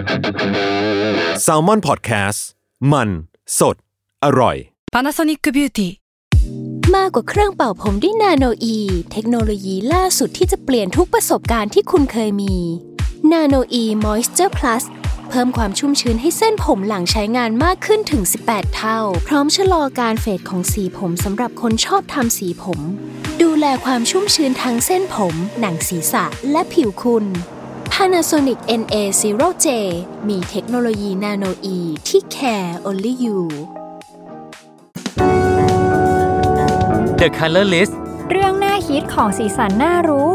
Salmon Podcast มันสดอร่อย Panasonic Beauty มากกว่าเครื่องเป่าผมด้วยนาโนอีเทคโนโลยีล่าสุดที่จะเปลี่ยนทุกประสบการณ์ที่คุณเคยมีนาโนอีมอยส์เจอร์พลัสเพิ่มความชุ่มชื้นให้เส้นผมหลังใช้งานมากขึ้นถึง18เท่าพร้อมชะลอการเฟดของสีผมสำหรับคนชอบทำสีผมดูแลความชุ่มชื้นทั้งเส้นผมหนังศีรษะและผิวคุณ Panasonic NA0J มีเทคโนโลยีนาโนอีที่ care only you The Color List เรื่องน่าคิดของสีสันน่ารู้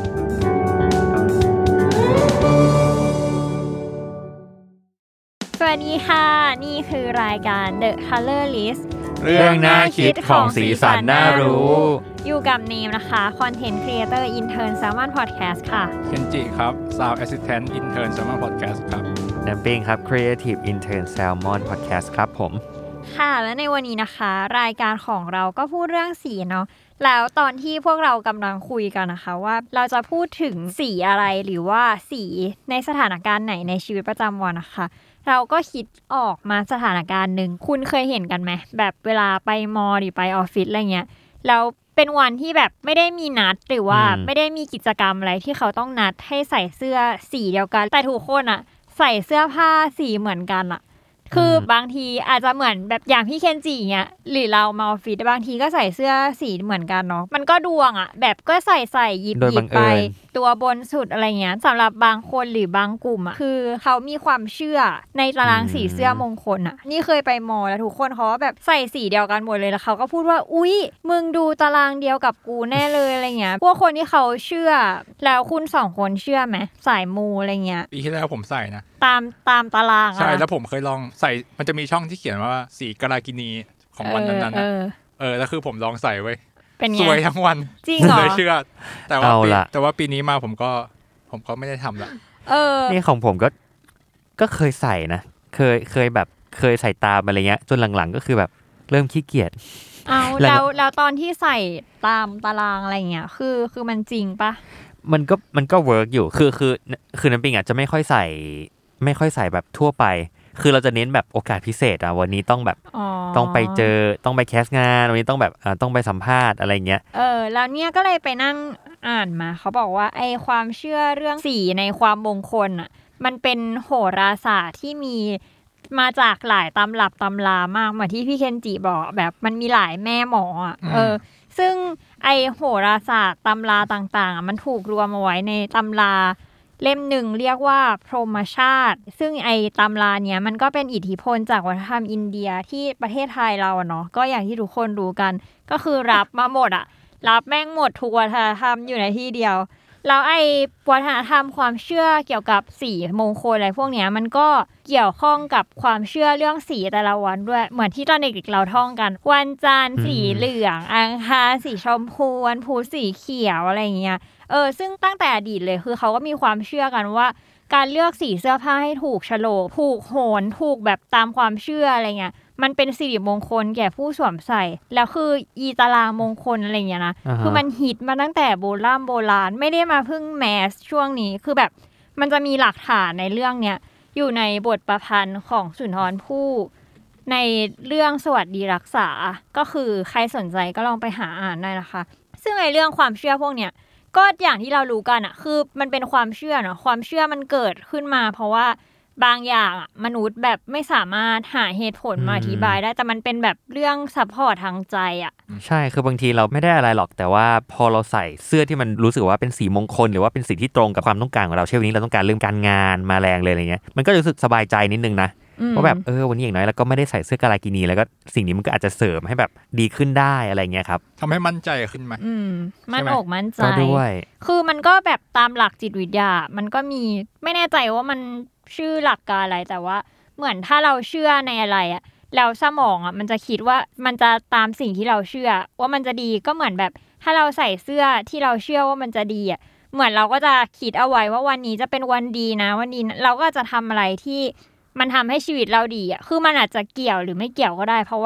สวัสดีค่ะนี่คือรายการ The Color List เรื่องน่าคิดของสีสันน่ารู้อยู่กับเนมนะคะ Content Creator Intern Salmon Podcast ค่ะเคนจิครับ Sound Assistant Intern Salmon Podcast ครับน้ำปิ้งครับ Creative Intern Salmon Podcast ครับผมค่ะและในวันนี้นะคะรายการของเราก็พูดเรื่องสีเนาะแล้วตอนที่พวกเรากำลังคุยกันนะคะว่าเราจะพูดถึงสีอะไรหรือว่าสีในสถานการณ์ไหนในชีวิตประจำวันนะคะเราก็คิดออกมาสถานการณ์นึงคุณเคยเห็นกันไหมแบบเวลาไปมอหรือไปออฟฟิศอะไรเงี้ยแล้วเป็นวันที่แบบไม่ได้มีนัดหรือว่าไม่ได้มีกิจกรรมอะไรที่เขาต้องนัดให้ใส่เสื้อสีเดียวกันแต่ทุกคนอะใส่เสื้อผ้าสีเหมือนกันอะคือบางทีอาจจะเหมือนแบบอย่างพี่เคนจิเงี้ยหรือเรามาออฟฟิศบางทีก็ใส่เสื้อสีเหมือนกันเนาะมันก็ดวงอ่ะแบบก็ใส่หยิบไปตัวบนสุดอะไรเงี้ยสำหรับบางคนหรือบางกลุ่มอ่ะคือเขามีความเชื่อในตารางสีเสื้อมงคลอ่ะนี่เคยไปมอแล้วทุกคนเขาแบบใส่สีเดียวกันหมดเลยแล้วเขาก็พูดว่าอุ๊ยมึงดูตารางเดียวกับกูแน่เลยอะไรเงี้ยพวกคนที่เขาเชื่อแล้วคุณสองคนเชื่อไหมสายมูอะไรเงี้ยปีที่แล้วผมใส่นะตามตารางใช่แล้วผมเคยลองใส่มันจะมีช่องที่เขียนว่าสีกาลากินีของวันนั้นๆแล้วคือผมลองใส่ไว้สวยทั้งวันจริงเหรอเลยเชื่อแต่ว่าปีนี้มาผมก็ไม่ได้ทำละนี่ของผมก็เคยใส่นะเคยแบบเคยใส่ตามอะไรเงี้ยจนหลังๆก็คือแบบเริ่มขี้เกียจแล้วตอนที่ใส่ตามตารางอะไรเงี้ยคือมันจริงปะมันก็เวิร์กอยู่คือน้ำปิงอ่ะจะไม่ค่อยใส่แบบทั่วไปคือเราจะเน้นแบบโอกาสพิเศษอ่ะวันนี้ต้องแบบต้องไปเจอต้องไปแคสงานวันนี้ต้องแบบต้องไปสัมภาษณ์อะไรเงี้ยแล้วเนี่ยก็เลยไปนั่งอ่านมาเขาบอกว่าไอ้ความเชื่อเรื่องสีในความมงคลอ่ะมันเป็นโหราศาสตร์ที่มีมาจากหลายตำรับตำรามากเหมือนที่พี่เคนจิบอกแบบมันมีหลายแม่หมออ่ะซึ่งไอ้โหราศาสตร์ตำราต่างๆมันถูกรวมเอาไว้ในตำราเล่มหนึ่งเรียกว่าพรหมชาติซึ่งไอ้ตำราเนี้ยมันก็เป็นอิทธิพลจากวัฒนธรรมอินเดียที่ประเทศไทยเราเนาะก็อย่างที่ทุกคนรู้กันก็คือรับมาหมดอะรับแม่งหมดทุกวัฒนธรรมอยู่ในที่เดียวแล้วไอ้วัฒนธรรมความเชื่อเกี่ยวกับสีมงคลอะไรพวกเนี้ยมันก็เกี่ยวข้องกับความเชื่อเรื่องสีแต่ละวันด้วยเหมือนที่ตอนเด็กๆเราท่องกันวันจันทร์สีเหลืองอังคารสีชมพูวันพุธสีเขียวอะไรอย่างเงี้ยซึ่งตั้งแต่อดีตเลยคือเขาก็มีความเชื่อกันว่าการเลือกสีเสื้อผ้าให้ถูกโฉลกถูกโหนถูกแบบตามความเชื่ออะไรเงี้ยมันเป็นสิริมงคลแก่ผู้สวมใส่แล้วคืออีตารางมงคลอะไรเงี้ยนะคือมันฮิตมาตั้งแต่โบราณไม่ได้มาเพิ่งแมสช่วงนี้คือแบบมันจะมีหลักฐานในเรื่องเนี้ยอยู่ในบทประพันธ์ของสุนทรภู่ในเรื่องสวัสดีรักษาก็คือใครสนใจก็ลองไปหาอ่านได้นะคะซึ่งในเรื่องความเชื่อพวกเนี้ยก็อย่างที่เรารู้กันอ่ะคือมันเป็นความเชื่อเนาะความเชื่อมันเกิดขึ้นมาเพราะว่าบางอย่างอ่ะมนุษย์แบบไม่สามารถหาเหตุผลมาอธิบายได้แต่มันเป็นแบบเรื่องซัพพอร์ตทางใจอ่ะใช่คือบางทีเราไม่ได้อะไรหรอกแต่ว่าพอเราใส่เสื้อที่มันรู้สึกว่าเป็นสีมงคลหรือว่าเป็นสีที่ตรงกับความต้องการของเราเช่นวันนี้เราต้องการเรื่องการงานมาแรงเลยอะไรเงี้ยมันก็รู้สึกสบายใจนิดนึงนะว่าแบบวันนี้อย่างน้อยเราก็ไม่ได้ใส่เสื้อกาลากินีแล้วก็สิ่งนี้มันก็อาจจะเสริมให้แบบดีขึ้นได้อะไรเงี้ยครับทำให้มั่นใจขึ้นไหมมั่นอกมั่นใจด้วยคือมันก็แบบตามหลักจิตวิทยามันก็มีไม่แน่ใจว่ามันชื่อหลักการอะไรแต่ว่าเหมือนถ้าเราเชื่อในอะไรอ่ะแล้วสมองอ่ะมันจะคิดว่ามันจะตามสิ่งที่เราเชื่อว่ามันจะดีก็เหมือนแบบถ้าเราใส่เสื้อที่เราเชื่อว่ามันจะดีอ่ะเหมือนเราก็จะคิดเอาไว้ว่าวันนี้จะเป็นวันดีนะวันนี้เราก็จะทำอะไรที่มันทำให้ชีวิตเราดีอ่ะคือมันอาจจะเกี่ยวหรือไม่เกี่ยวก็ได้เพราะว่า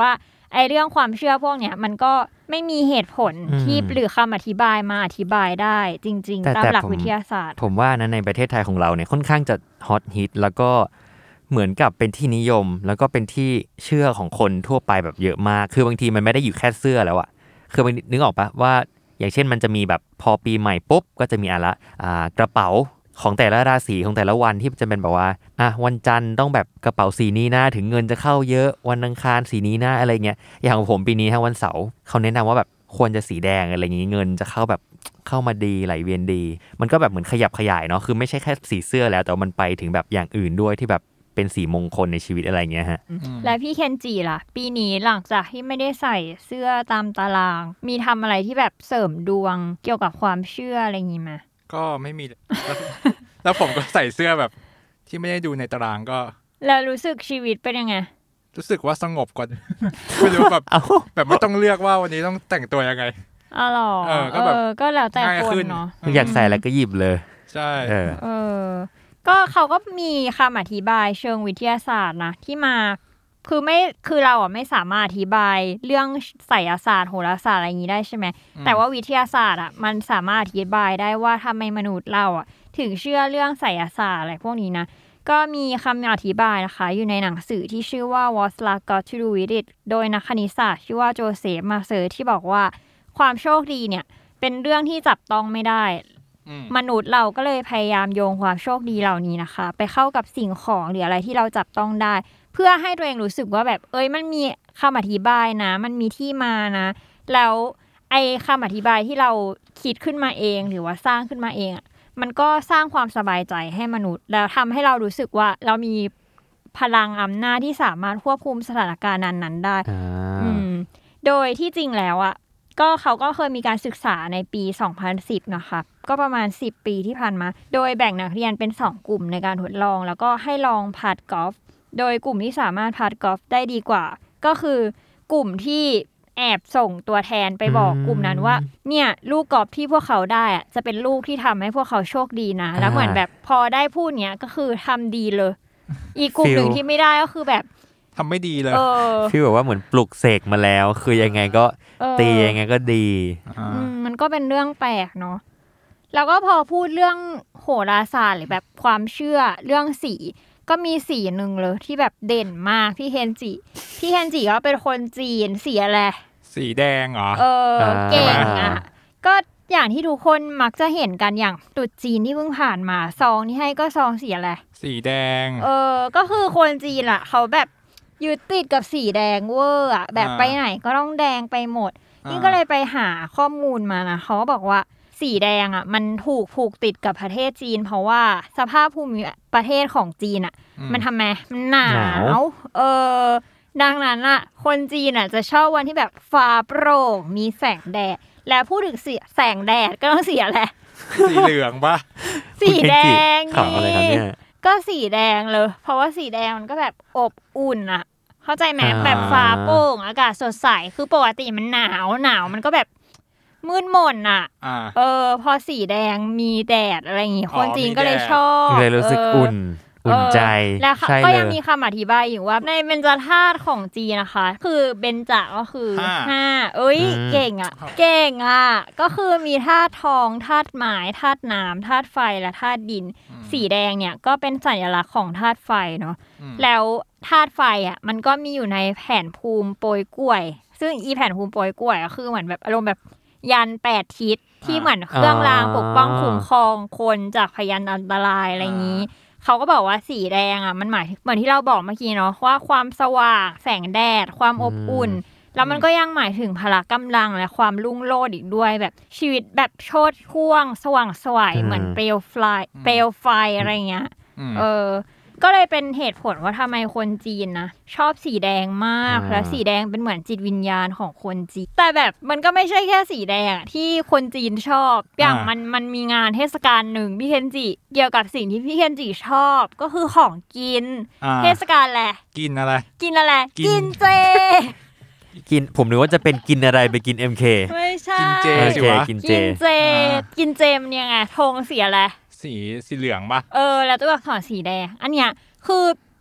ไอเรื่องความเชื่อพวกเนี้ยมันก็ไม่มีเหตุผลที่หรือคำอธิบายมาอธิบายได้จริงๆตามหลักวิทยาศาสตร์ผมว่านะในประเทศไทยของเราเนี่ยค่อนข้างจะฮอตฮิตแล้วก็เหมือนกับเป็นที่นิยมแล้วก็เป็นที่เชื่อของคนทั่วไปแบบเยอะมากคือบางทีมันไม่ได้อยู่แค่เสื้อแล้วอะคือนึกออกปะว่าอย่างเช่นมันจะมีแบบพอปีใหม่ปุ๊บก็จะมีกระเป๋าของแต่ละราศีของแต่ละวันที่จะเป็นแบบว่าวันจันทร์ต้องแบบกระเป๋าสีนี้นะถึงเงินจะเข้าเยอะวันอังคารสีนี้นะอะไรเงี้ยอย่างของผมปีนี้วันเสาร์เขาแนะนำว่าแบบควรจะสีแดงอะไรอย่างงี้เงินจะเข้าแบบเข้ามาดีไหลเวียนดีมันก็แบบเหมือนขยับขยายเนาะคือไม่ใช่แค่สีเสื้อแล้วแต่มันไปถึงแบบอย่างอื่นด้วยที่แบบเป็นสีมงคลในชีวิตอะไรเงี้ยฮะและพี่เคนจิล่ะปีนี้หลังจากที่ไม่ได้ใส่เสื้อตามตารางมีทำอะไรที่แบบเสริมดวงเกี่ยวกับความเชื่ออะไรอย่างงี้มั้ยก็ไม่มี แล้วผมก็ใส่เสื้อแบบที่ไม่ได้ดูในตารางก็แล้วรู้สึกชีวิตเป็นยังไงรู้สึกว่าสงบกว่าไม่รู้แบบไม่ต้องเลือกว่าวันนี้ต้องแต่งตัวยังไงหรอก็แบบก็แล้วแต่คนเนาะอยากใส่อะไรก็หยิบเลยใช่ก็เขาก็มีคำอธิบายเชิงวิทยาศาสตร์นะที่มาคือเราไม่สามารถอธิบายเรื่องไสยศาสตร์โหราศาสตร์อะไรอย่างนี้ได้ใช่ไหมแต่ว่าวิทยาศาสตร์มันสามารถอธิบายได้ว่าทำไมมนุษย์เราถึงเชื่อเรื่องไสยศาสตร์อะไรพวกนี้นะก็มีคำอธิบายนะคะอยู่ในหนังสือที่ชื่อว่า What's Luck Got to Do with It โดยนักคณิตศาสตร์ชื่อว่าโจเซฟมาเซอร์ที่บอกว่าความโชคดีเนี่ยเป็นเรื่องที่จับต้องไม่ได้มนุษย์เราก็เลยพยายามโยงความโชคดีเหล่านี้นะคะไปเข้ากับสิ่งของหรืออะไรที่เราจับต้องได้เพื่อให้ตัวเองรู้สึกว่าแบบมันมีคำอธิบายนะมันมีที่มานะแล้วไอ้คำอธิบายที่เราคิดขึ้นมาเองหรือว่าสร้างขึ้นมาเองมันก็สร้างความสบายใจให้มนุษย์แล้วทำให้เรารู้สึกว่าเรามีพลังอำนาจที่สามารถควบคุมสถานการณ์นั้นๆได้โดยที่จริงแล้วก็เขาก็เคยมีการศึกษาในปี 2010 นะคะก็ประมาณ10ปีที่ผ่านมาโดยแบ่งนักเรียนเป็น2กลุ่มในการทดลองแล้วก็ให้ลองพัดกอล์ฟโดยกลุ่มที่สามารถพัดกอล์ฟได้ดีกว่าก็คือกลุ่มที่แอบส่งตัวแทนไปบอกกลุ่มนั้นว่าเนี่ยลูกกอล์ฟที่พวกเขาได้จะเป็นลูกที่ทำให้พวกเขาโชคดีนะแล้วเหมือนแบบพอได้พูดเนี้ยก็คือทำดีเลยอีกกลุ่มหนึ่งที่ไม่ได้ก็คือแบบทำไม่ดีเลยพี่บอกว่าเหมือนปลุกเสกมาแล้วคือยังไงก็ตียังไงก็ดีมันก็เป็นเรื่องแปลกเนาะแล้วก็พอพูดเรื่องโหราศาสตร์หรือแบบความเชื่อเรื่องสีก็มีสีนึงเลยที่แบบเด่นมากพี่เคนจิก็เป็นคนจีนสีอะไรสีแดงเหรอเก่งก็อย่างที่ทุกคนมักจะเห็นกันอย่างตรุษจีนที่เพิ่งผ่านมาซองที่ให้ก็ซองสีอะไรสีแดงก็คือคนจีนเขาแบบยึดติดกับสีแดงเวอร์แบบไปไหนก็ต้องแดงไปหมดนี่ก็เลยไปหาข้อมูลมานะเขาบอกว่าสีแดงมันถูกผูกติดกับประเทศจีนเพราะว่าสภาพภูมิประเทศของจีนมันทำไมมันหนาวดังนั้นคนจีนจะชอบวันที่แบบฟ้าโปร่งมีแสงแดดแล้วพูดถึงแสงแดดก็ต้องสีอะไรสีเหลืองปะสีแดงนี่ก็สีแดงเลยเพราะว่าสีแดงมันก็แบบอบอุ่นเข้าใจไหมแบบฟ้าโปร่งอากาศสดใสคือปกติมันหนาวมันก็แบบมืดมนพอสีแดงมีแดดอะไรอย่างงี้คนจีนก็เลยชอบเลยรู้สึกอุ่นใจแล้วก็ยังมีคำอธิบายอยู่ว่าในเบญจธาตุของจีนนะคะคือเบญจก็คือ5เก่งก็คือมีธาตุทองธาตุไม้ธาตุน้ำธาตุไฟและธาตุดินสีแดงเนี่ยก็เป็นสัญลักษณ์ของธาตุไฟเนาะแล้วธาตุไฟมันก็มีอยู่ในแผนภูมิโปยกล้วยซึ่งอีแผนภูมิโปยกล้วยก็คือเหมือนแบบอารมณ์แบบยัน8ทิศที่เหมือนเครื่องรางปกป้องคุ้มครองคนจากพยันอันตรายอะไรอย่างนี้เขาก็บอกว่าสีแดงมันหมายถึงเหมือนที่เราบอกเมื่อกี้เนาะว่าความสว่างแสงแดดความอบอุ่นแล้วมันก็ยังหมายถึงพละกำลังและความรุ่งโรจน์อีกด้วยแบบชีวิตแบบโชติช่วงสว่างไสวเหมือนเปลวไฟอะไรเงี้ยก็เลยเป็นเหตุผลว่าทำไมคนจีนนะชอบสีแดงมากและสีแดงเป็นเหมือนจิตวิญญาณของคนจีนแต่แบบมันก็ไม่ใช่แค่สีแดงที่คนจีนชอบอย่างมันมีงานเทศกาลหนึ่งพี่เคนจิเกี่ยวกับสิ่งที่พี่เคนจิชอบก็คือของกินเทศกาลแหละกินอะไรกินเจกินผมนึกว่าจะเป็นกินอะไรไปกิน MK ไม่ใช่กินเจสิวะกินเจมันยังไงธงสีอะไรสีเหลืองป่ะแล้วตัวอักษรสีแดงอันเนี้ยคือ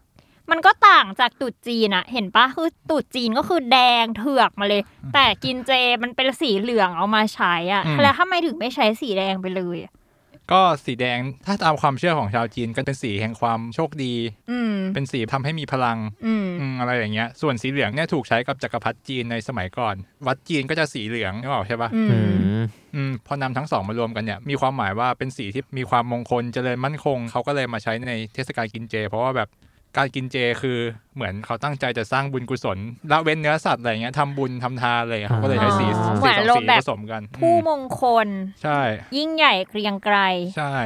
มันก็ต่างจากตรุษจีนอะเห็นปะคือตรุษจีนก็คือแดงเถือกมาเลยแต่กินเจมันเป็นสีเหลืองเอามาใช้อะแล้วทำไมถึงไม่ใช้สีแดงไปเลยก็สีแดงถ้าตามความเชื่อของชาวจีนก็เป็นสีแห่งความโชคดีเป็นสีทำให้มีพลังอะไรอย่างเงี้ยส่วนสีเหลืองเนี่ยถูกใช้กับจักรพรรดิจีนในสมัยก่อนวัดจีนก็จะสีเหลืองนึกออกใช่ปะพอนำทั้งสองมารวมกันเนี่ยมีความหมายว่าเป็นสีที่มีความมงคลเจริญมั่นคงเขาก็เลยมาใช้ในเทศกาลกินเจเพราะว่าแบบการกินเจคือเหมือนเขาตั้งใจจะสร้างบุญกุศลละเว้นเนื้อสัตว์อะไรเงี้ยทำบุญทำทานอะไรเขาก็เลยใช้สีสองสีผสมกันผู้มงคลใช่ยิ่งใหญ่เกรียงไกรใช่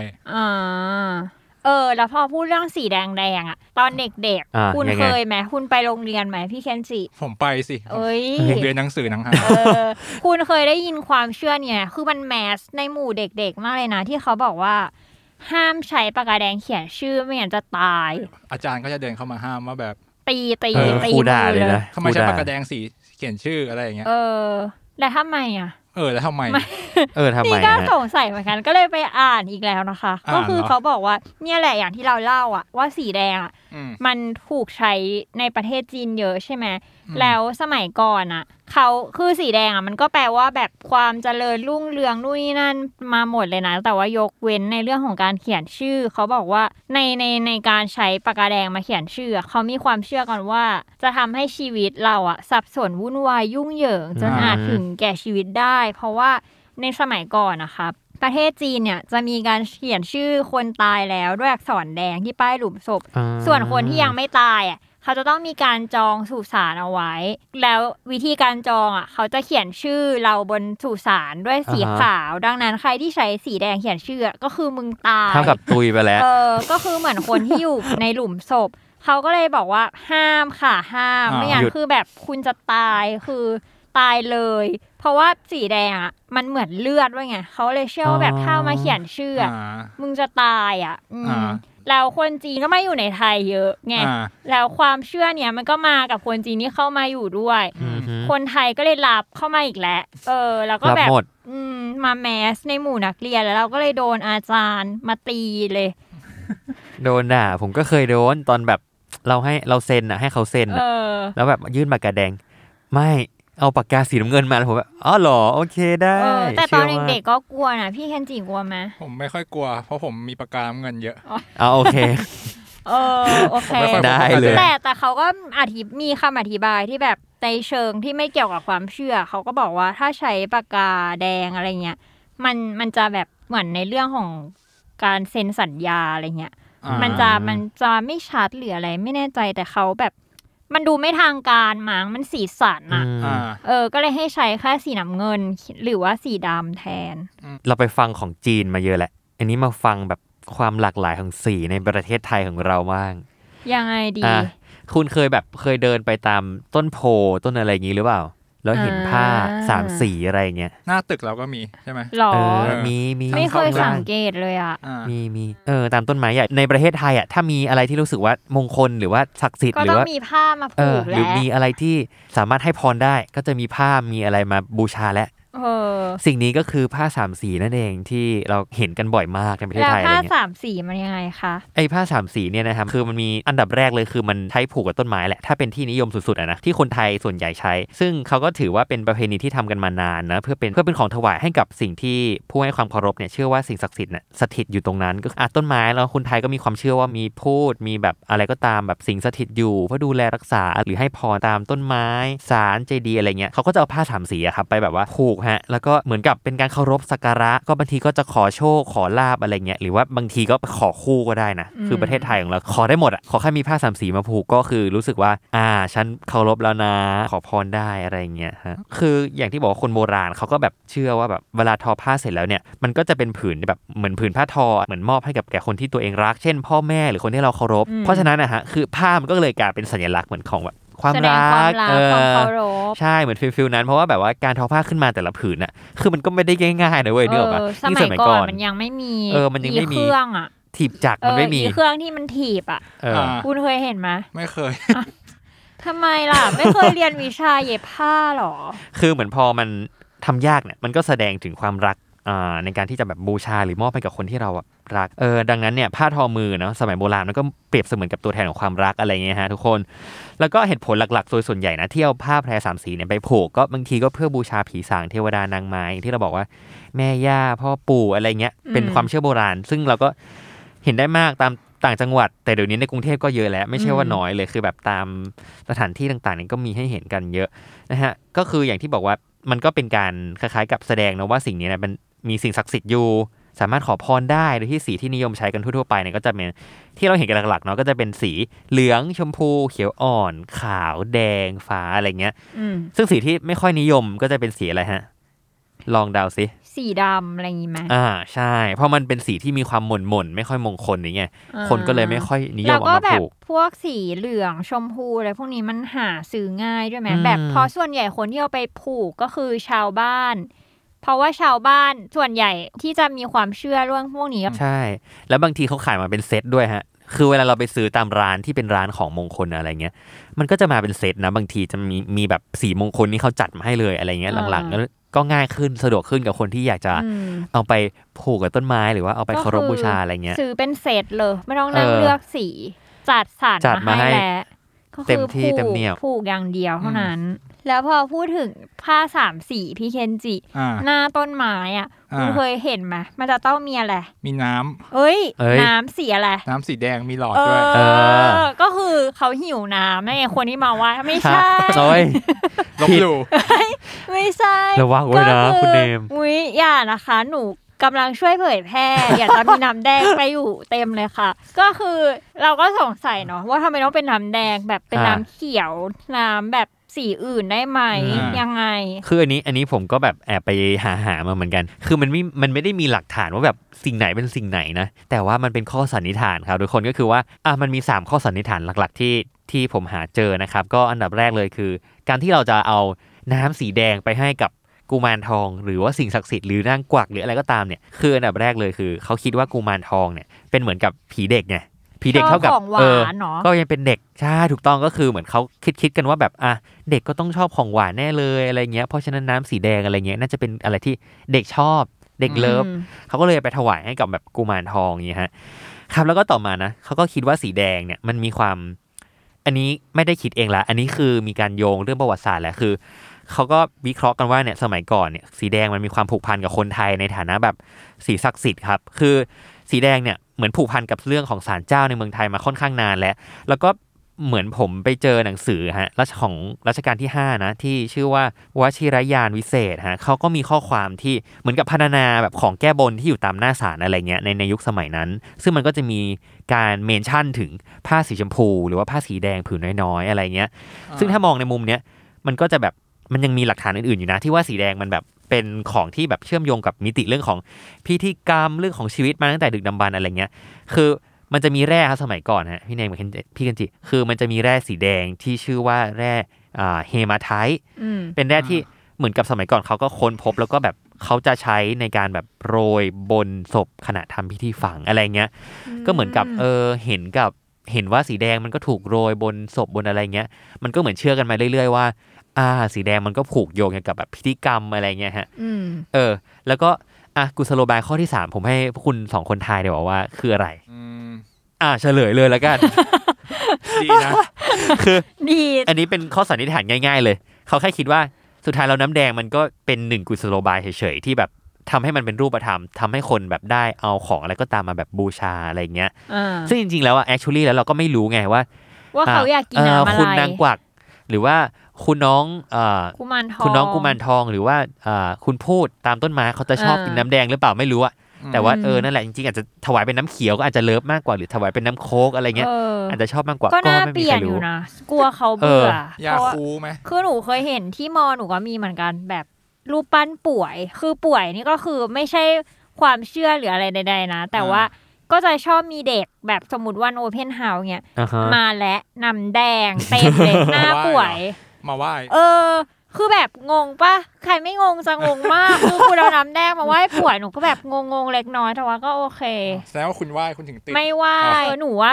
แล้วพอพูดเรื่องสีแดงอ่ะตอนเด็กๆคุณเคยไหมคุณไปโรงเรียนไหมพี่เคนจิผมไปสิเรียนหนังสือหนังหาคุณเคยได้ยินความเชื่อเนี่ยคือมันแมสในหมู่เด็กๆมากเลยนะที่เขาบอกว่าห้ามใช้ปากกาแดงเขียนชื่อไม่งั้นจะตายอาจารย์ก็จะเดินเข้ามาห้ามว่าแบบตีครูด่าเลยนะทำไมใช้ปากกาแดงสีเขียนชื่ออะไรอย่างเงี้ยแล้วทำไมอ่ะแล้วทำไมทำไมนี่ก็สงสัยเหมือนกันก็เลยไปอ่านอีกแล้วนะคะก็คือเขาบอกว่าเนี่ยแหละอย่างที่เราเล่าอ่ะว่าสีแดงอ่ะมันถูกใช้ในประเทศจีนเยอะใช่ไหมแล้วสมัยก่อนอ่ะเขาคือสีแดงอ่ะมันก็แปลว่าแบบความเจริญรุ่งเรืองนู่นนี่นั่นมาหมดเลยนะแต่ว่ายกเว้นในเรื่องของการเขียนชื่อเขาบอกว่าในการใช้ปากกาแดงมาเขียนชื่อเขามีความเชื่อกันว่าจะทำให้ชีวิตเราอ่ะสับสนวุ่นวายยุ่งเหยิงจนอาจถึงแก่ชีวิตได้เพราะว่าในสมัยก่อนนะคะประเทศจีนเนี่ยจะมีการเขียนชื่อคนตายแล้วด้วยอักษรแดงที่ป้ายหลุมศพส่วนคนที่ยังไม่ตายอ่ะเขาจะต้องมีการจองสุสานเอาไว้แล้ววิธีการจองอ่ะเขาจะเขียนชื่อเราบนสุสานด้วยสีขาวดังนั้นใครที่ใช้สีแดงเขียนชื่อก็คือมึงตายเท่ากับตุยไปแล้วก็คือเหมือนคนที่อยู่ในหลุมศพเขาก็เลยบอกว่าห้ามค่ะห้ามไม่งั้นคือแบบคุณจะตายคือตายเลยเพราะว่าสีแดงอ่ะมันเหมือนเลือดด้วยไงเขาเลยเชื่อว่าแบบถ้ามาเขียนชื่อมึงจะตายอ่ะแล้วคนจีนก็มาอยู่ในไทยเยอะไงแล้วความเชื่อเนี่ยมันก็มากับคนจีนที่เข้ามาอยู่ด้วยคนไทยก็เลยรับเข้ามาอีกแล้วแล้วก็แบบมาแมสในหมู่นักเรียนแล้วเราก็เลยโดนอาจารย์มาตีเลยโดนด่าผมก็เคยโดนตอนแบบเราเซ็นอ่ะให้เขาเซ็นแล้วแบบยื่นปากกาแดงไม่เอาปากกาสีน้ำเงินมาแล้วผมแบบอ๋อเหรอโอเคได้แต่ตอนเด็กๆก็กลัวนะพี่เคนจิกลัวไหมผมไม่ค่อยกลัวเพราะผมมีปากกาน้ำเงินเยอะโอเคโอเคได้เลยแต่เขาก็มีคำอธิบายที่แบบในเชิงที่ไม่เกี่ยวกับความเชื่อเขาก็บอกว่าถ้าใช้ปากกาแดงอะไรเงี้ยมันจะแบบเหมือนในเรื่องของการเซ็นสัญญาอะไรเงี้ยมันจะไม่ชัดหรืออะไรไม่แน่ใจแต่เขาแบบมันดูไม่ทางการมั้งมันสีสันก็เลยให้ใช้แค่สีน้ำเงินหรือว่าสีดำแทนเราไปฟังของจีนมาเยอะแหละอันนี้มาฟังแบบความหลากหลายของสีในประเทศไทยของเราบ้างยังไงดีคุณเคยเดินไปตามต้นโพต้นอะไรอย่างงี้หรือเปล่าแล้วเห็นผ้า3สีอะไรเงี้ยหน้าตึกเราก็มีใช่ไหมหรอมีไม่เคยสังเกตเลยอ่ะมีตามต้นไม้ใหญ่ในประเทศไทยอ่ะถ้ามีอะไรที่รู้สึกว่ามงคลหรือว่าศักดิ์สิทธิ์หรือว่ามีผ้ามาผูกแล้วหรือมีอะไรที่สามารถให้พรได้ก็จะมีผ้ามีอะไรมาบูชาและสิ่งนี้ก็คือผ้า3สีนั่นเองที่เราเห็นกันบ่อยมากในประเทศไทยอะไรเงี้ยแล้วผ้า3สีมันยังไงคะไอ้ผ้า3สีเนี่ยนะครับคือมันมีอันดับแรกเลยคือมันใช้ผูกกับต้นไม้แหละถ้าเป็นที่นิยมสุดๆนะที่คนไทยส่วนใหญ่ใช้ซึ่งเขาก็ถือว่าเป็นประเพณีที่ทำกันมานานนะเพื่อเป็นของถวายให้กับสิ่งที่ผู้ให้ความเคารพเนี่ยเชื่อว่าสิ่งศักดิ์สิทธิ์เนี่ยสถิตอยู่ตรงนั้นก็ต้นไม้แล้วคนไทยก็มีความเชื่อว่ามีพูดมีแบบอะไรก็ตามแบบสิ่งสถิตอยู่เพื่อดูแลรักษาหรือให้พรตามต้นไม้ศาลเจดีย์อะไรเงี้ยเขาก็จะเอาผ้า3สีครับไปแบบว่าผูกฮะแล้วก็เหมือนกับเป็นการเคารพสักการะก็บางทีก็จะขอโชคขอลาบอะไรเงี้ยหรือว่าบางทีก็ขอคู่ก็ได้นะคือประเทศไทยของเราขอได้หมดอ่ะขอแค่มีผ้า3สีมาผูกก็คือรู้สึกว่าฉันเคารพแล้วนะขอพรได้อะไรเงี้ยฮะคืออย่างที่บอกว่าคนโบราณเขาก็แบบเชื่อว่าแบบเวลาทอผ้าเสร็จแล้วเนี่ยมันก็จะเป็นผืนแบบเหมือนผืนผ้าทอเหมือนมอบให้กับแก่คนที่ตัวเองรักเช่นพ่อแม่หรือคนที่เราเคารพเพราะฉะนั้นนะฮะคือผ้ามันก็เลยกลายเป็นสัญลักษณ์เหมือนของแบบความรักใช่เหมือนฟิลนั้นเพราะว่าแบบว่าการทอผ้าขึ้นมาแต่ละผืนน่ะคือมันก็ไม่ได้ง่ายๆนะเว้ยนึกออกป่ะที่สมัยก่อนมันยังไม่มีมันยังไม่มีเครื่องอ่ะถีบจักรมันไม่มีเครื่องที่มันถีบอ่ะคุณเคยเห็นไหมไม่เคยทำไมล่ะไม่เคยเรียนวิชาเย็บผ้าหรอคือเหมือนพอมันทำยากเนี่ยมันก็แสดงถึงความรักในการที่จะแบบบูชาหรือมอบให้กับคนที่เรารักดังนั้นเนี่ยผ้าทอมือเนาะสมัยโบราณมันก็เปรียบเสมือนกับตัวแทนของความรักอะไรเงี้ยฮะทุกคนแล้วก็เหตุผลหลักๆโดยส่วนใหญ่นะที่เอาผ้าแพร3 สีเนี่ยไปผูกก็บางทีก็เพื่อบูชาผีสางเทวดานางไม้ที่เราบอกว่าแม่ย่าพ่อปู่อะไรเงี้ยเป็นความเชื่อโบราณซึ่งเราก็เห็นได้มากตามต่างจังหวัดแต่เดี๋ยวนี้ในกรุงเทพก็เยอะแล้วไม่ใช่ว่าน้อยเลยคือแบบตามสถานที่ต่างๆนี่ก็มีให้เห็นกันเยอะนะฮะก็คืออย่างที่บอกว่ามันก็เป็นการคล้ายๆกับแสดงนะว่าสิ่งนี้นะมันมีสิ่งศักดิ์สิทธิ์อยู่สามารถขอพรได้โดยที่สีที่นิยมใช้กันทั่วๆไปเนี่ยก็จะเป็นที่เราเห็นกันหลักๆเนาะก็จะเป็นสีเหลืองชมพูเขียวอ่อนขาวแดงฟ้าอะไรเงี้ยซึ่งสีที่ไม่ค่อยนิยมก็จะเป็นสีอะไรฮะลองเดาสิสีดำอะไรอย่างงี้ไหมใช่เพราะมันเป็นสีที่มีความหม่นๆไม่ค่อยมงคลนี่ไงคนก็เลยไม่ค่อยนิยมเอามาผูกพวกสีเหลืองชมพูอะไรพวกนี้มันหาซื้อง่ายด้วยไหมแบบพอส่วนใหญ่คนที่เอาไปผูกก็คือชาวบ้านเพราะว่าชาวบ้านส่วนใหญ่ที่จะมีความเชื่อเรื่องพวกนี้ใช่แล้วบางทีเขาขายมาเป็นเซตด้วยฮะคือเวลาเราไปซื้อตามร้านที่เป็นร้านของมงคลอะไรเงี้ยมันก็จะมาเป็นเซตนะบางทีจะมีแบบสีมงคลนี่เขาจัดมาให้เลยอะไรเงี้ยหลังๆก็ง่ายขึ้นสะดวกขึ้นกับคนที่อยากจะเอาไปผูกกับต้นไม้หรือว่าเอาไปเคารพบูชาอะไรเงี้ยซื้อเป็นเซตเลยไม่ต้องนั่งเลือกสีจัดสรรมาให้แล้วก็คือผูกอย่างเดียวเท่านั้นแล้วพอพูดถึงผ้า3 สีพี่เคนจิหน้าต้นไม้อ่ะคุณเคยเห็นไหมมันจะต้องมีอะไรมีน้ำน้ำสีอะไรน้ำสีแดงมีหลอดด้วยก็คือเขาหิวน้ำนั่นไงคนที่มาว่าไม่ใช่ลบหลู่ไม่ใช่ระวังไว้นะคุณเนมอย่านะคะหนูกำลังช่วยเผยแพร่อยากจะมีน้ำแดงไปอยู่เต็มเลยค่ะก็คือเราก็สงสัยเนาะว่าทำไมต้องเป็นน้ำแดงแบบเป็นน้ำเขียวน้ำแบบสีอื่นได้ไหมยังไงคืออันนี้ผมก็แบบแอบไปหามาเหมือนกันคือมันไม่ได้มีหลักฐานว่าแบบสิ่งไหนเป็นสิ่งไหนนะแต่ว่ามันเป็นข้อสันนิษฐานครับทุกคนก็คือว่ามันมี3ข้อสันนิษฐานหลักๆที่ผมหาเจอนะครับก็อันดับแรกเลยคือการที่เราจะเอาน้ำสีแดงไปให้กับกุมารทองหรือว่าสิ่งศักดิ์สิทธิ์หรือนางกวักหรืออะไรก็ตามเนี่ยคืออันดับแรกเลยคือเขาคิดว่ากุมารทองเนี่ยเป็นเหมือนกับผีเด็กไงผีเด็กเท่ากับก็ยังเป็นเด็กใช่ถูกต้องก็คือเหมือนเขาคิดกันว่าแบบเด็กก็ต้องชอบของหวานแน่เลยอะไรเงี้ยเพราะฉะนั้นน้ำสีแดงอะไรเงี้ยน่าจะเป็นอะไรที่เด็กชอบเด็กเลิฟเขาก็เลยไปถวายให้กับแบบกุมารทองอย่างเงี้ยฮะครับแล้วก็ต่อมานะเขาก็คิดว่าสีแดงเนี่ยมันมีความอันนี้ไม่ได้คิดเองละอันนี้คือมีการโยงเรื่องประวัติศาสตร์แหละคือเขาก็วิเคราะห์กันว่าเนี่ยสมัยก่อนเนี่ยสีแดงมันมีความผูกพันกับคนไทยในฐานะแบบสีศักดิ์สิทธิ์ครับคือสีแดงเนี่ยเหมือนผูกพันกับเรื่องของศาลเจ้าในเมืองไทยมาค่อนข้างนานแล้วก็เหมือนผมไปเจอหนังสือฮะของรัชกาลที่5นะที่ชื่อว่าวชิรยานวิเศษฮะเขาก็มีข้อความที่เหมือนกับพรรณนาแบบของแก้บนที่อยู่ตามหน้าศาลอะไรเงี้ยในยุคสมัยนั้นซึ่งมันก็จะมีการเมนชั่นถึงผ้าสีชมพูหรือว่าผ้าสีแดงผืนน้อยๆอะไรเงี้ยซึ่งถ้ามองในมุมเนี้ยมันก็จะแบบมันยังมีหลักฐานอื่นๆอยู่นะที่ว่าสีแดงมันแบบเป็นของที่แบบเชื่อมโยงกับมิติเรื่องของพิธีกรรมเรื่องของชีวิตมาตั้งแต่ดึกดำบรรพ์อะไรเงี้ยคือมันจะมีแร่ครับสมัยก่อนฮะพี่เนมกับพี่กันจิคือมันจะมีแร่สีแดงที่ชื่อว่าแร่เฮมาไทต์เป็นแร่ที่เหมือนกับสมัยก่อนเขาก็ค้นพบแล้วก็แบบเขาจะใช้ในการแบบโรยบนศพขณะทำพิธีฝังอะไรเงี้ยก็เหมือนกับเห็นว่าสีแดงมันก็ถูกโรยบนศพบนอะไรเงี้ยมันก็เหมือนเชื่อกันมาเรื่อยๆว่าสีแดงมันก็ผูกโยงกับแบบพิธีกรรมอะไรเงี้ยฮะแล้วก็กุศโลบายข้อที่3ผมให้คุณ2คนทายเดี๋ยวว่าคืออะไรเฉลยเลยแล้วกันดีนะคือดีอันนี้เป็นข้อสันนิษฐานง่ายๆเลยเขาแค่คิดว่าสุดท้ายแล้วน้ำแดงมันก็เป็น1กุศโลบายเฉยๆที่แบบทำให้มันเป็นรูปธรรมทำให้คนแบบได้เอาของอะไรก็ตามมาแบบบูชาอะไรเงี้ยซึ่งจริงๆแล้วactually แล้วเราก็ไม่รู้ไงว่าเขาอยากกินน้ำอะไรคุณนางกวักหรือว่าคุณน้องกุมารทองคุณน้องกุมารทองหรือว่าคุณพูดตามต้นไม้เขาจะชอบกินน้ำแดงหรือเปล่าไม่รู้อะแต่ว่านั่นแหละจริงๆอาจจะถวายเป็นน้ำเขียวก็อาจจะเลิฟมากกว่าหรือถวายเป็นน้ำโค้กอะไรเงี้ยอาจจะชอบมากกว่าก็น่าเปลี่ยนอยู่นะกลัวเขาเบื่อยาคูไหมคือหนูเคยเห็นที่มอหนูก็มีเหมือนกันแบบรูปปั้นป่วยคือป่วยนี่ก็คือไม่ใช่ความเชื่อหรืออะไรใดๆนะแต่ว่าก็จะชอบมีเด็กแบบสมมุติวันโอเพนเฮาส์เงี้ยมาและนำแดงเต็มเลยหน้าป่วยมาไหว้คือแบบงงปะใครไม่งงจะงงมากคือคุณเอาน้ำแดงมาไหว้ป่วยหนูก็แบบงงเล็กน้อยแต่ว่าก็โอเคแสดงว่าคุณไหว้คุณถึงติดไม่ไหว้หนูว่า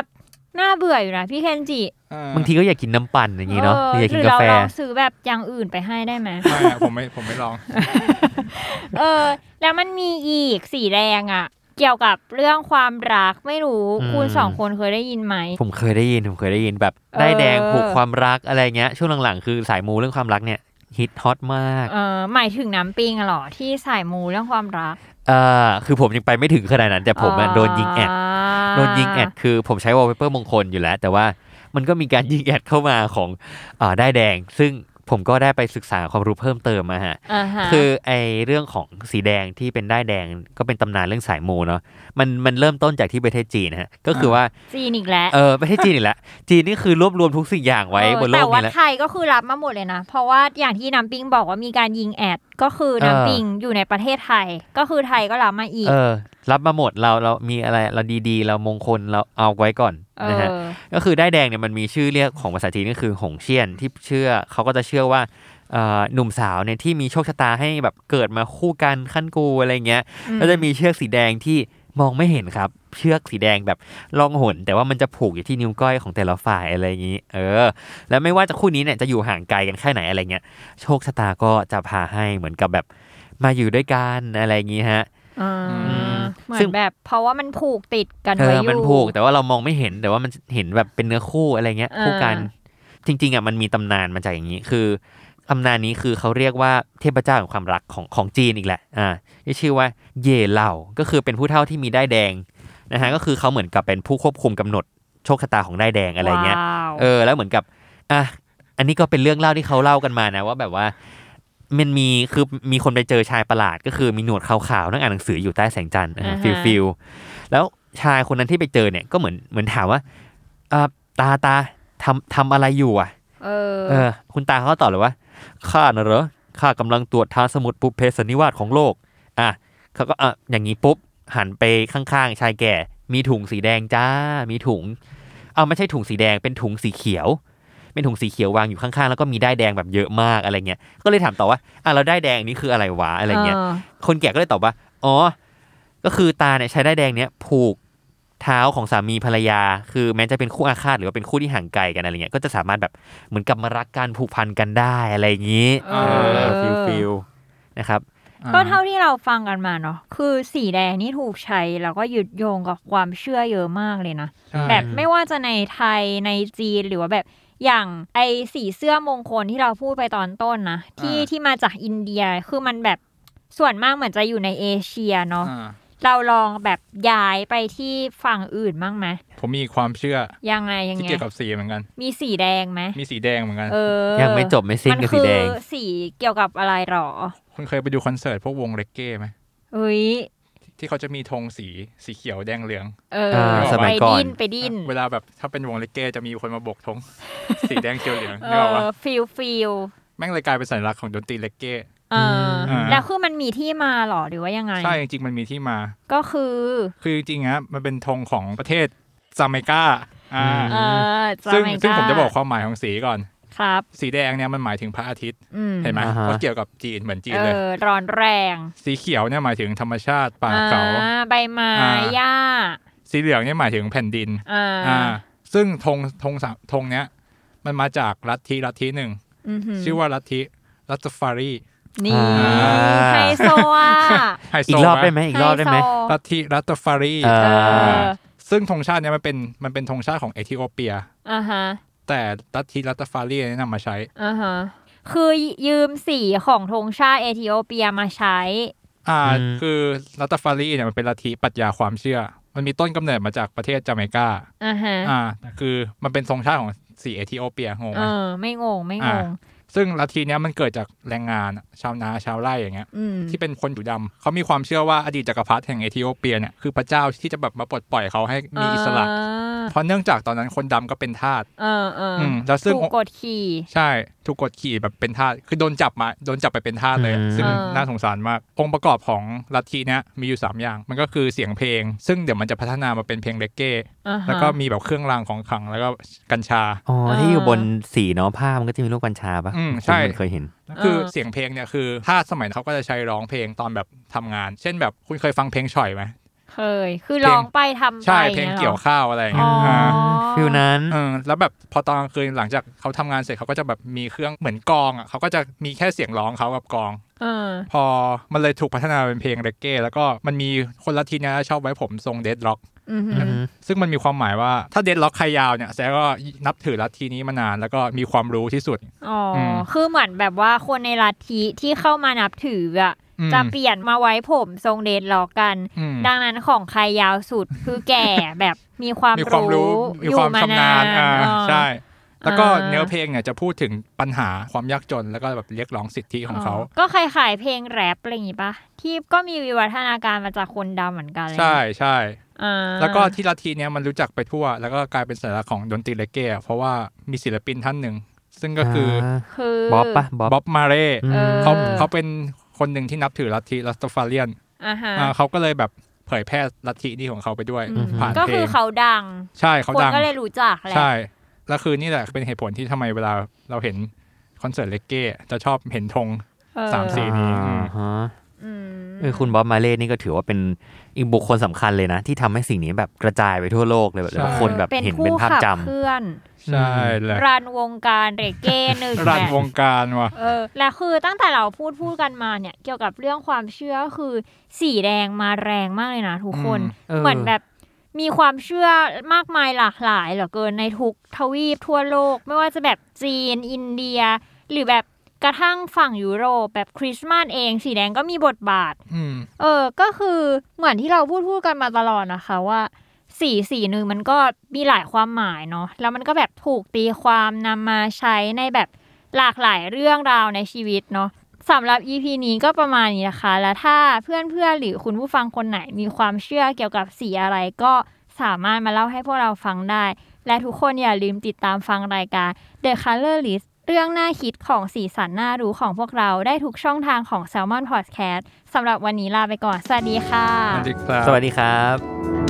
น่าเบื่ออยู่นะพี่เคนจิบางทีก็อยากกินน้ำปั่นอย่างงี้เนาะอยากกินกาแฟหรือเราลองซื้อแบบอย่างอื่นไปให้ได้ไหมไม่ผมไม่ลองแล้วมันมีอีกสีแดงอ่ะเกี่ยวกับเรื่องความรักไม่รู้คุณ2คนเคยได้ยินไหมผมเคยได้ยินแบบได้แดงผูกความรักอะไรเงี้ยช่วงหลังๆคือสายมูเรื่องความรักเนี่ยฮิตฮอตมากหมายถึงน้ำปิงเหรอที่สายมูเรื่องความรักคือผมยังไปไม่ถึงขนาดนั้นแต่ผมโดนยิงแอดคือผมใช้วอลเปเปอร์มงคลอยู่แล้วแต่ว่ามันก็มีการยิงแอดเข้ามาของได้แดงซึ่งผมก็ได้ไปศึกษาความรู้เพิ่มเติมมาฮะคือไอเรื่องของสีแดงที่เป็นได้แดงก็เป็นตำนานเรื่องสายมูเนาะมันเริ่มต้นจากที่ประเทศจีนนะฮะก็คือว่าจีนอีกแล้วประเทศจีนอีกแล้วจีนนี่คือรวบรวมทุกสิ่งอย่างไว้บนโลกนี้แล้วแต่ว่าไทยก็คือรับมาหมดเลยนะเพราะว่าอย่างที่น้ำปิงบอกว่ามีการยิงแอดก็คือน้ำปิงอยู่ในประเทศไทยก็คือไทยก็รับมาอีกรับมาหมดเรามีอะไรเราดีๆเรามงคลเราเอาไว้ก่อนนะฮะก็คือได้แดงเนี่ยมันมีชื่อเรียกของภาษาจีนก็คือหงเชี่ยนที่เขาก็จะเชื่อว่าหนุ่มสาวเนี่ยที่มีโชคชะตาให้แบบเกิดมาคู่กันขั้นกูอะไรเงี้ยก็จะมีเชือกสีแดงที่มองไม่เห็นครับเชือกสีแดงแบบล่องหนแต่ว่ามันจะผูกอยู่ที่นิ้วก้อยของแต่ละฝ่ายอะไรอย่างนี้แล้วไม่ว่าจะคู่นี้เนี่ยจะอยู่ห่างไกลกันแค่ไหนอะไรเงี้ยโชคชะตาก็จะพาให้เหมือนกับแบบมาอยู่ด้วยกันอะไรอย่างนี้ฮะเหมือนแบบเพราะว่ามันผูกติดกันไว้อยู่มันผูกแต่ว่าเรามองไม่เห็นแต่ว่ามันเห็นแบบเป็นเนื้อคู่อะไรเงี้ยคู่กันจริงๆมันมีตำนานมาจากอย่างนี้คือตำนานนี้คือเขาเรียกว่าเทพเจ้าแห่งความรักของจีนอีกแหละที่ชื่อว่าเย่เหล่าก็คือเป็นผู้เฒ่าที่มีด้ายแดงนะฮะก็คือเขาเหมือนกับเป็นผู้ควบคุมกำหนดโชคชะตาของด้ายแดงอะไรเงี้ยแล้วเหมือนกับอันนี้ก็เป็นเรื่องเล่าที่เขาเล่ากันมานะว่าแบบว่ามันมีคนไปเจอชายประหลาดก็คือมีหนวดขาวๆนั่งอ่านหนังสืออยู่ใต้แสงจันทร์ฟิลแล้วชายคนนั้นที่ไปเจอเนี่ยก็เหมือนถามว่าตาทำอะไรอยู่คุณตาเขาก็ตอบเลยว่าข้าน่ะเหรอข้ากำลังตรวจทานสมุดปุพเพสันนิวาสของโลกเขาก็อย่างนี้ปุ๊บหันไปข้างๆชายแก่มีถุงสีแดงจ้ามีถุงไม่ใช่ถุงสีแดงเป็นถุงสีเขียวเป็นถุงสีเขียววางอยู่ข้างๆแล้วก็มีด้ายแดงแบบเยอะมากอะไรเงี้ยก็เลยถามต่อว่าแล้วด้ายแดงนี้คืออะไรวะอะไรเงี้ยคนแก่ก็เลยตอบว่าก็คือตาเนี่ยใช้ด้ายแดงเนี้ยผูกเท้าของสามีภรรยาคือแม้จะเป็นคู่อาฆาตหรือว่าเป็นคู่ที่ห่างไกลกันอะไรเงี้ยก็จะสามารถแบบเหมือนกับมารักกันผูกพันกันได้อะไรอย่างงี้ฟิลนะครับก็เท่าที่เราฟังกันมาเนาะคือสีแดงนี่ถูกใช้แล้วก็ยึดโยงกับความเชื่อเยอะมากเลยนะแบบไม่ว่าจะในไทยในจีนหรือว่าแบบอย่างไอสีเสื้อมงคลที่เราพูดไปตอนต้นนะที่มาจากอินเดียคือมันแบบส่วนมากเหมือนจะอยู่ในเอเชียเนาะเราลองแบบย้ายไปที่ฝั่งอื่นบ้างไหมผมมีความเชื่อยังไงที่เกี่ยวกับสีเหมือนกันมีสีแดงไหมมีสีแดงเหมือนกันยังไม่จบไม่สิ้นกับสีแดงมันคือสีเกี่ยวกับอะไรหรอคุณเคยไปดูคอนเสิร์ตพวกวงเรเก้ไหมที่เขาจะมีธงสีเขียวแดงเหลืองสมัยก่อนไปดิ้นเวลาแบบถ้าเป็นวงเรเก้จะมีคนมาโบกธงสีแดงเขียวเหลืองนึกออกปะฟิลแม่งเลยกลายเป็นสัญลักษณ์ของดนตรีเรเก้แล้วคือมันมีที่มาหรอหรือว่ายังไงใช่จริงๆมันมีที่มาก็คือจริงๆนะมันเป็นธงของประเทศจาเมกาซึ่งผมจะบอกความหมายของสีก่อนครับสีแดงเนี่ยมันหมายถึงพระอาทิตย์เห็นไหมเพราะเกี่ยวกับจีนเหมือนจีนเลยร้อนแรงสีเขียวเนี่ยหมายถึงธรรมชาติป่าเขาใบไม้หญ้าสีเหลืองเนี่ยหมายถึงแผ่นดินซึ่งธงเนี้ยมันมาจากลัทธิหนึ่งชื่อว่าลัทธิรัตฟารีนี่ไฮโซอีกรอบได้ไหมลัทธิรัตฟารีซึ่งธงชาติเนี้ยมันเป็นธงชาติของเอธิโอเปียแต่ลัทธิรัตฟารีเนี่ยนำมาใช้คือยืมสีของธงชาติเอธิโอเปียมาใช้คือรัตฟารีเนี่ยมันเป็นลัทธิปรัชญาความเชื่อมันมีต้นกำเนิดมาจากประเทศจาเมกาคือมันเป็นธงชาติของสีเอธิโอเปียงงไหมไม่งงซึ่งลัทธินี้มันเกิดจากแรงงานชาวนาชาวไร่อย่างเงี้ยที่เป็นคนผิวดำเขามีความเชื่อว่าอดีตจักรพรรดิแห่งเอธิโอเปียเนี่ยคือพระเจ้าที่จะแบบมาปลดปล่อยเขาให้มีอิสระเพราะเนื่องจากตอนนั้นคนดำก็เป็นทาสแล้วซึ่งถูกกดขี่ใช่ถูกกดขี่แบบเป็นทาสคือโดนจับไปเป็นทาสเลยซึ่งน่าสงสารมากองค์ประกอบของลัทธิเนี้ยมีอยู่3อย่างมันก็คือเสียงเพลงซึ่งเดี๋ยวมันจะพัฒนามาเป็นเพลงเรเก้แล้วก็มีแบบเครื่องรางของขลังแล้วก็กัญชาที่อยู่บนสีเนาะผ้ามันก็จะมีรูปกัญชาป่ะใช่เคยเห็นคือเสียงเพลงเนี่ยคือถ้าสมัยเขาก็จะใช้ร้องเพลงตอนแบบทำงานเช่นแบบคุณเคยฟังเพลงฉ่อยไหมเคยคือร้องไปทำไปใช่เพลงเกี่ยวข้าวอะไรอย่างเงี้ยฟิลนั้นแล้วแบบพอตอนกลางคืนหลังจากเขาทำงานเสร็จเขาก็จะแบบมีเครื่องเหมือนกลองอ่ะเขาก็จะมีแค่เสียงร้องเขากับกลองพอมันเลยถูกพัฒนาเป็นเพลงเรเก้แล้วก็มันมีคนละทีนี้ชอบไว้ผมทรงเดดล็อกซึ่งมันมีความหมายว่าถ้าเดดล็อกใครยาวเนี่ยแสดงว่านับถือลัทธินี้มานานแล้วก็มีความรู้ที่สุดคือเหมือนแบบว่าคนในลัทธิที่เข้ามานับถืออ่ะจะเปลี่ยนมาไว้ผมทรงเดดล็อกกันดังนั้นของใครยาวสุดคือแก่แบบมีความรู้มีความชำนาญใช่แล้วก็เนื้อเพลงเนี่ยจะพูดถึงปัญหาความยากจนแล้วก็แบบเรียกร้องสิทธิของเขาก็คล้ายๆเพลงแรปอะไรอย่างงี้ป่ะที่ก็มีวิวัฒนาการมาจากคนดำเหมือนกันใช่ใช่แล้วก็ที่ลัทธิเนี้ยมันรู้จักไปทั่วแล้วก็กลายเป็นสัญลักษณ์ของดนตรีเรเก้เพราะว่ามีศิลปินท่านหนึ่งซึ่งก็คือบ๊อบบ๊อบมาเร่เขาเป็นคนหนึ่งที่นับถือลัทธิรัสตฟาเรียนเขาก็เลยแบบเผยแพร่ลัทธินี้ของเขาไปด้วยผ่านเพลงก็คือเขาดังใช่เขาดังคนก็เลยรู้จักแหละใช่แล้วคือนี่แหละเป็นเหตุผลที่ทำไมเวลาเราเห็นคอนเสิร์ตเรเก้จะชอบเห็นธง3 สีนี้คุณบ๊อบมาเล่นี่ก็ถือว่าเป็นอีกบุคคลสำคัญเลยนะที่ทำให้สิ่งนี้แบบกระจายไปทั่วโลกเลยแบบคนแบบเห็นเป็นภาพจำเพื่อนใช่เลยรันวงการเรเก้หนึ่งรันวงการว่ะแล้วคือตั้งแต่เราพูดกันมาเนี่ยเกี่ยวกับเรื่องความเชื่อคือสีแดงมาแรงมากเลยนะทุกคนเหมือนแบบมีความเชื่อมากมายหลากหลายเหลือเกินในทุกทวีปทั่วโลกไม่ว่าจะแบบจีนอินเดียหรือแบบกระทั่งฝั่งยุโรปแบบคริสต์มาสเองสีแดงก็มีบทบาทก็คือเหมือนที่เราพูดกันมาตลอดนะคะว่าสีนึงมันก็มีหลายความหมายเนาะแล้วมันก็แบบถูกตีความนำมาใช้ในแบบหลากหลายเรื่องราวในชีวิตเนาะสำหรับ EP นี้ก็ประมาณนี้นะคะแล้วถ้าเพื่อนๆหรือคุณผู้ฟังคนไหนมีความเชื่อเกี่ยวกับสีอะไรก็สามารถมาเล่าให้พวกเราฟังได้และทุกคนอย่าลืมติดตามฟังรายการ The Color List เรื่องน่าคิดของสีสันน่ารู้ของพวกเราได้ทุกช่องทางของ Salmon Podcast สำหรับวันนี้ลาไปก่อนสวัสดีค่ะสวัสดีครับ